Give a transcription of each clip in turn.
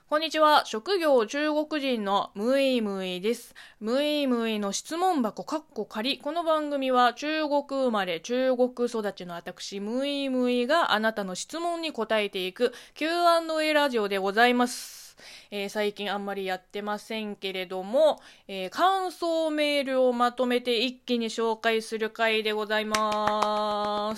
こんにちは。職業中国人のムイムイです。ムイムイの質問箱仮。この番組は中国生まれ、中国育ちの私、ムイムイがあなたの質問に答えていく Q&A ラジオでございます。最近あんまりやってませんけれども、感想メールをまとめて一気に紹介する回でございます。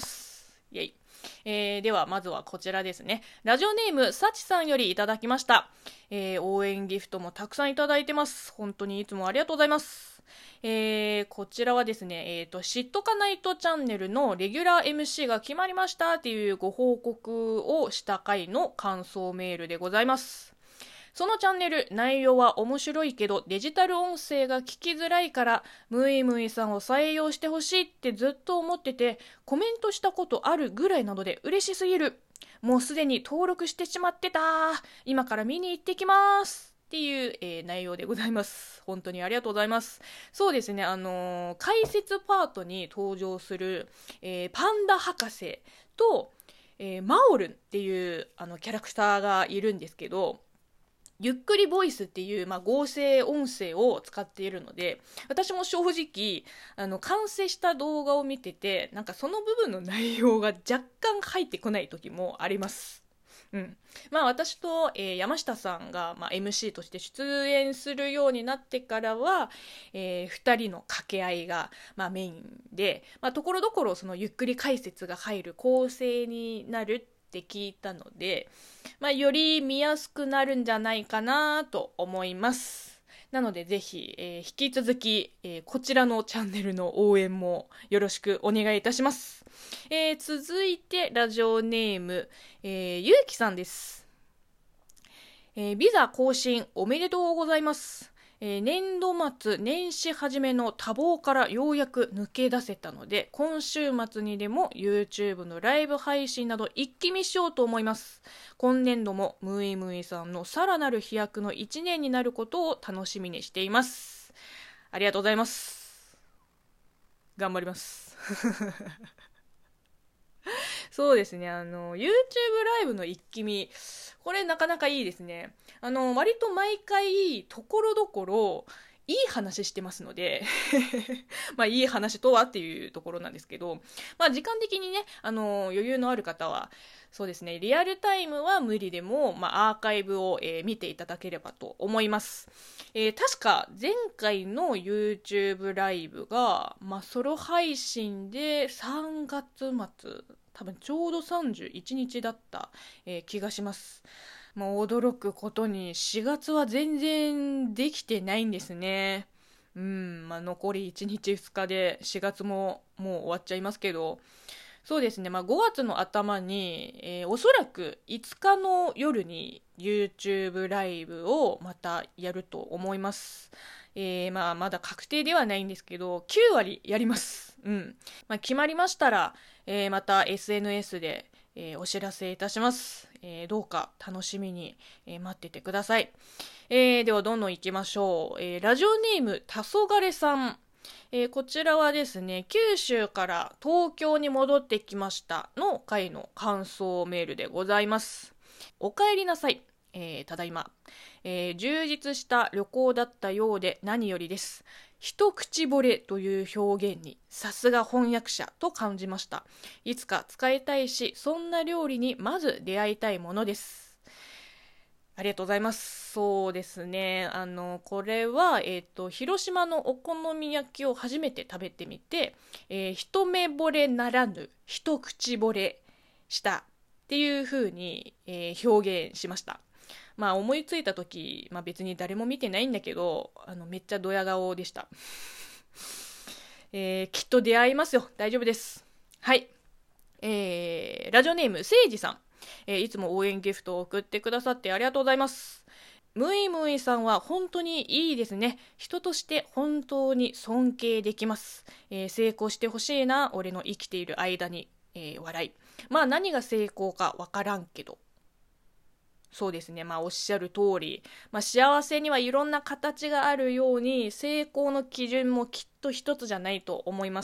イェイ。ではまずはこちらですね。ラジオネームさちさんよりいただきました。応援ギフトもたくさんいただいてます。本当にいつもありがとうございます。こちらはですね、知っとかないとチャンネルのレギュラー MC が決まりましたっていうご報告をした回の感想メールでございます。そのチャンネル、内容は面白いけどデジタル音声が聞きづらいから、ムイムイさんを採用してほしいってずっと思ってて、コメントしたことあるぐらいなので嬉しすぎる。もうすでに登録してしまってた。今から見に行ってきます。っていう、内容でございます。本当にありがとうございます。そうですね、解説パートに登場する、パンダ博士と、マオルンっていうキャラクターがいるんですけど、ゆっくりボイスっていう、合成音声を使っているので、私も正直、完成した動画を見てて、なんかその部分の内容が若干入ってこない時もあります。うん。私と、山下さんが、MC として出演するようになってからは、二人の掛け合いが、メインで、ところどころそのゆっくり解説が入る構成になるって聞いたので、より見やすくなるんじゃないかなと思います。なのでぜひ、引き続き、こちらのチャンネルの応援もよろしくお願いいたします。続いてラジオネーム、ゆうきさんです。ビザ更新おめでとうございます。年度末年始初めの多忙からようやく抜け出せたので、今週末にでも YouTube のライブ配信など一気見しようと思います。今年度もムイムイさんのさらなる飛躍の一年になることを楽しみにしています。ありがとうございます。頑張ります。そうですね、YouTube ライブの一気見、これなかなかいいですね。割と毎回、ところどころ、いい話してますのでいい話とはっていうところなんですけど、時間的にね、余裕のある方は、そうですね、リアルタイムは無理でも、アーカイブを、見ていただければと思います。確か前回の YouTube ライブが、ソロ配信で3月末、多分ちょうど31日だった、気がします。もう驚くことに4月は全然できてないんですね。残り1日2日で4月ももう終わっちゃいますけど、そうですね、5月の頭に、おそらく5日の夜に YouTube ライブをまたやると思います。まだ確定ではないんですけど、9割やります。決まりましたら、また SNS で、お知らせいたします。どうか楽しみに、待っててください。ではどんどん行きましょう。ラジオネームたそがれさん。こちらはですね、九州から東京に戻ってきましたの回の感想メールでございます。お帰りなさい。ただいま。充実した旅行だったようで何よりです。一口惚れという表現にさすが翻訳者と感じました。いつか使いたいし、そんな料理にまず出会いたいものです。ありがとうございます。そうですね。これは、広島のお好み焼きを初めて食べてみて、一目惚れならぬ、一口惚れしたっていう風に、表現しました。思いついた時、別に誰も見てないんだけど、めっちゃドヤ顔でした。きっと出会いますよ。大丈夫です。はい。ラジオネーム、せいじさん。いつも応援ギフトを送ってくださってありがとうございます。ムイムイさんは本当にいいですね。人として本当に尊敬できます。成功してほしいな、俺の生きている間に。笑い。何が成功かわからんけど。そうですね。おっしゃる通り。幸せにはいろんな形があるように、成功の基準もきっと一つじゃないと思います。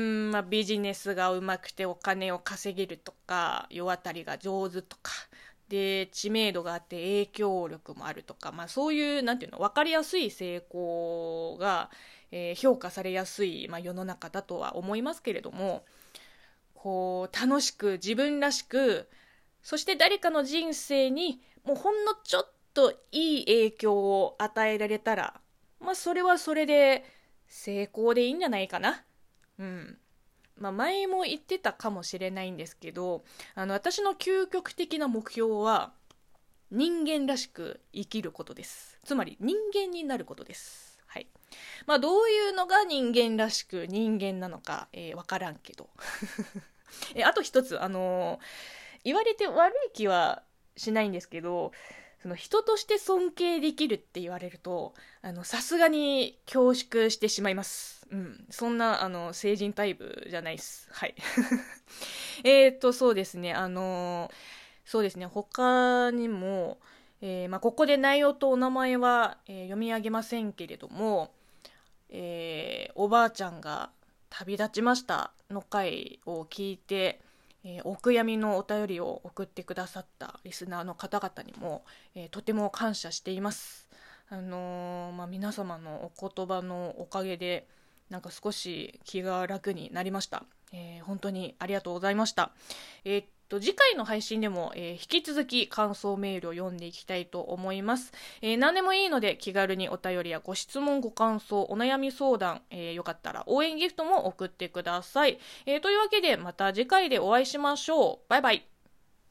ビジネスがうまくてお金を稼げるとか、世渡りが上手とか、 で知名度があって影響力もあるとか、そういうなんていうの分かりやすい成功が、評価されやすい、世の中だとは思いますけれども、こう楽しく自分らしく、そして誰かの人生にもうほんのちょっといい影響を与えられたら、それはそれで成功でいいんじゃないかな。前も言ってたかもしれないんですけど、私の究極的な目標は人間らしく生きることです。つまり人間になることです。はい。どういうのが人間らしく人間なのか、わからんけど。あと一つ、言われて悪い気はしないんですけど、その人として尊敬できるって言われると、さすがに恐縮してしまいます。そんな成人タイプじゃないです。はい。そうですね。そうですね。他にも、ここで内容とお名前は、読み上げませんけれども、おばあちゃんが旅立ちましたの回を聞いて、お悔やみのお便りを送ってくださったリスナーの方々にも、とても感謝しています。皆様のお言葉のおかげでなんか少し気が楽になりました。本当にありがとうございました。次回の配信でも、引き続き感想メールを読んでいきたいと思います。何でもいいので気軽にお便りやご質問、ご感想、お悩み相談、よかったら応援ギフトも送ってください。というわけでまた次回でお会いしましょう。バイバイ。